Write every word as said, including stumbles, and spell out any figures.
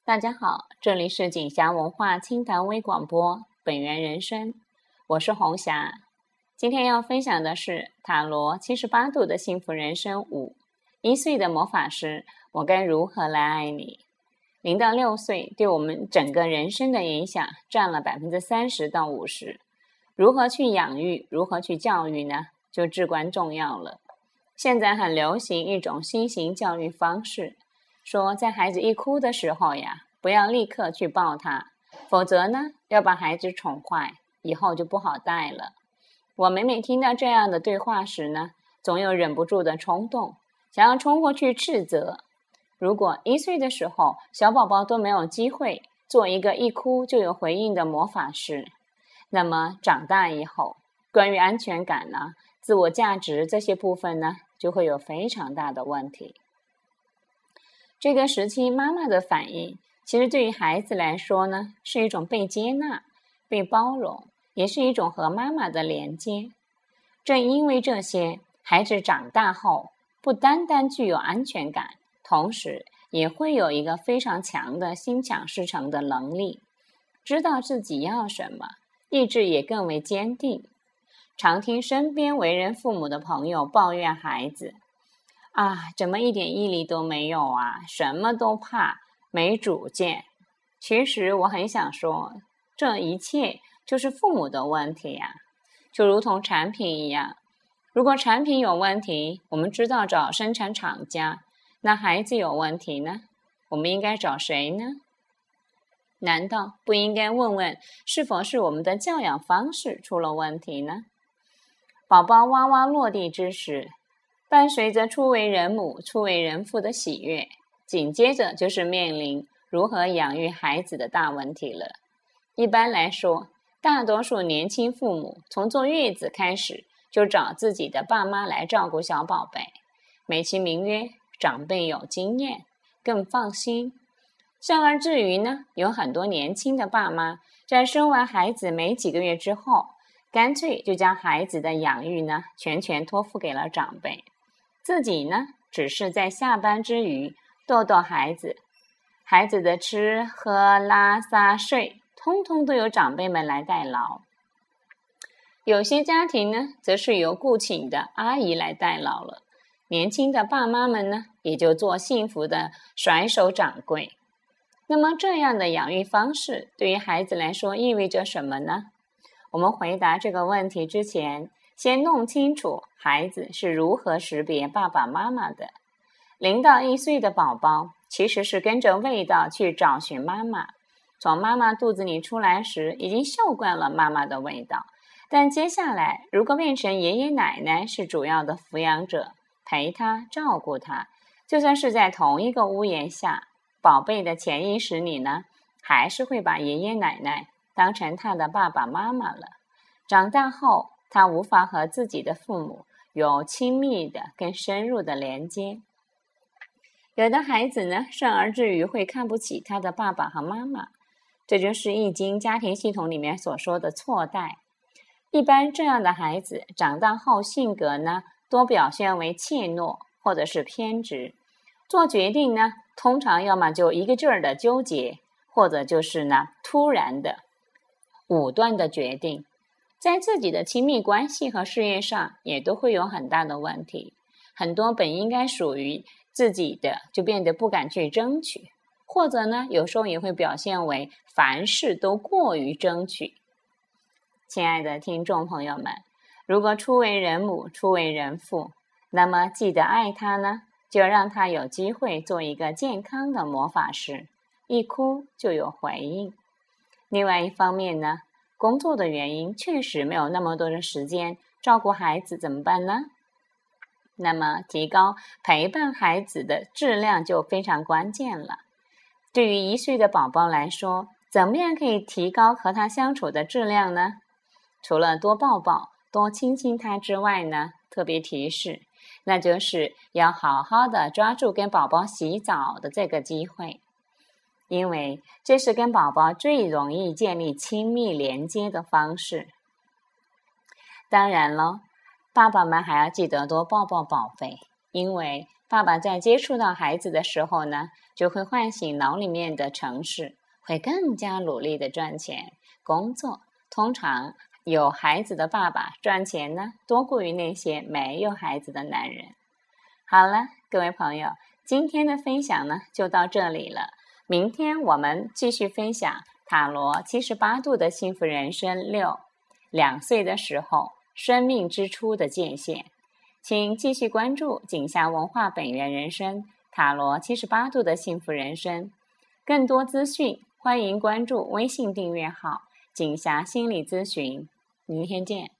大家好，这里是锦霞文化清谈微广播本源人生，我是红霞。今天要分享的是塔罗七十八度的幸福人生五，一岁的魔法师，我该如何来爱你？零到六岁对我们整个人生的影响占了百分之三十到五十。如何去养育，如何去教育呢？就至关重要了。现在很流行一种新型教育方式。说在孩子一哭的时候呀，不要立刻去抱他，否则呢，要把孩子宠坏，以后就不好带了。我每每听到这样的对话时呢，总有忍不住的冲动，想要冲过去斥责。如果一岁的时候，小宝宝都没有机会做一个一哭就有回应的魔法师，那么长大以后，关于安全感呢、自我价值这些部分呢，就会有非常大的问题。这个时期妈妈的反应，其实对于孩子来说呢，是一种被接纳、被包容，也是一种和妈妈的连接。正因为这些，孩子长大后不单单具有安全感，同时也会有一个非常强的心想事成的能力，知道自己要什么，意志也更为坚定。常听身边为人父母的朋友抱怨孩子啊，怎么一点毅力都没有啊，什么都怕，没主见。其实我很想说，这一切就是父母的问题呀、啊，就如同产品一样，如果产品有问题，我们知道找生产厂家，那孩子有问题呢，我们应该找谁呢？难道不应该问问是否是我们的教养方式出了问题呢？宝宝哇哇落地之时，伴随着初为人母、初为人父的喜悦，紧接着就是面临如何养育孩子的大问题了。一般来说，大多数年轻父母从坐月子开始就找自己的爸妈来照顾小宝贝，美其名曰长辈有经验，更放心。甚而至于呢，有很多年轻的爸妈在生完孩子没几个月之后，干脆就将孩子的养育呢全权托付给了长辈。自己呢，只是在下班之余逗逗孩子，孩子的吃喝拉撒睡，通通都由长辈们来代劳。有些家庭呢，则是由雇请的阿姨来代劳了，年轻的爸妈们呢，也就做幸福的甩手掌柜。那么这样的养育方式，对于孩子来说意味着什么呢？我们回答这个问题之前，先弄清楚孩子是如何识别爸爸妈妈的。零到一岁的宝宝其实是跟着味道去找寻妈妈，从妈妈肚子里出来时已经嗅惯了妈妈的味道，但接下来如果变成爷爷奶奶是主要的抚养者，陪他照顾他，就算是在同一个屋檐下，宝贝的潜意识里呢，还是会把爷爷奶奶当成他的爸爸妈妈了。长大后他无法和自己的父母有亲密的更深入的连接。有的孩子呢，甚而至于会看不起他的爸爸和妈妈，这就是易经家庭系统里面所说的错代。一般这样的孩子长大后性格呢，多表现为怯懦或者是偏执，做决定呢，通常要么就一个劲儿的纠结，或者就是呢，突然的武断的决定。在自己的亲密关系和事业上也都会有很大的问题，很多本应该属于自己的就变得不敢去争取，或者呢有时候也会表现为凡事都过于争取。亲爱的听众朋友们，如果初为人母、初为人父，那么记得爱他呢，就让他有机会做一个健康的魔法师，一哭就有回应。另外一方面呢，工作的原因确实没有那么多的时间照顾孩子，怎么办呢？那么提高陪伴孩子的质量就非常关键了。对于一岁的宝宝来说，怎么样可以提高和他相处的质量呢？除了多抱抱、多亲亲他之外呢，特别提示，那就是要好好的抓住跟宝宝洗澡的这个机会。因为这是跟宝宝最容易建立亲密连接的方式。当然了，爸爸们还要记得多抱抱宝贝，因为爸爸在接触到孩子的时候呢，就会唤醒脑里面的程式，会更加努力的赚钱工作。通常有孩子的爸爸赚钱呢，多过于那些没有孩子的男人。好了，各位朋友，今天的分享呢就到这里了。明天我们继续分享塔罗七十八度的幸福人生六，两岁的时候，生命之初的界限。请继续关注景霞文化本源人生塔罗七十八度的幸福人生。更多资讯，欢迎关注微信订阅号景霞心理咨询。明天见。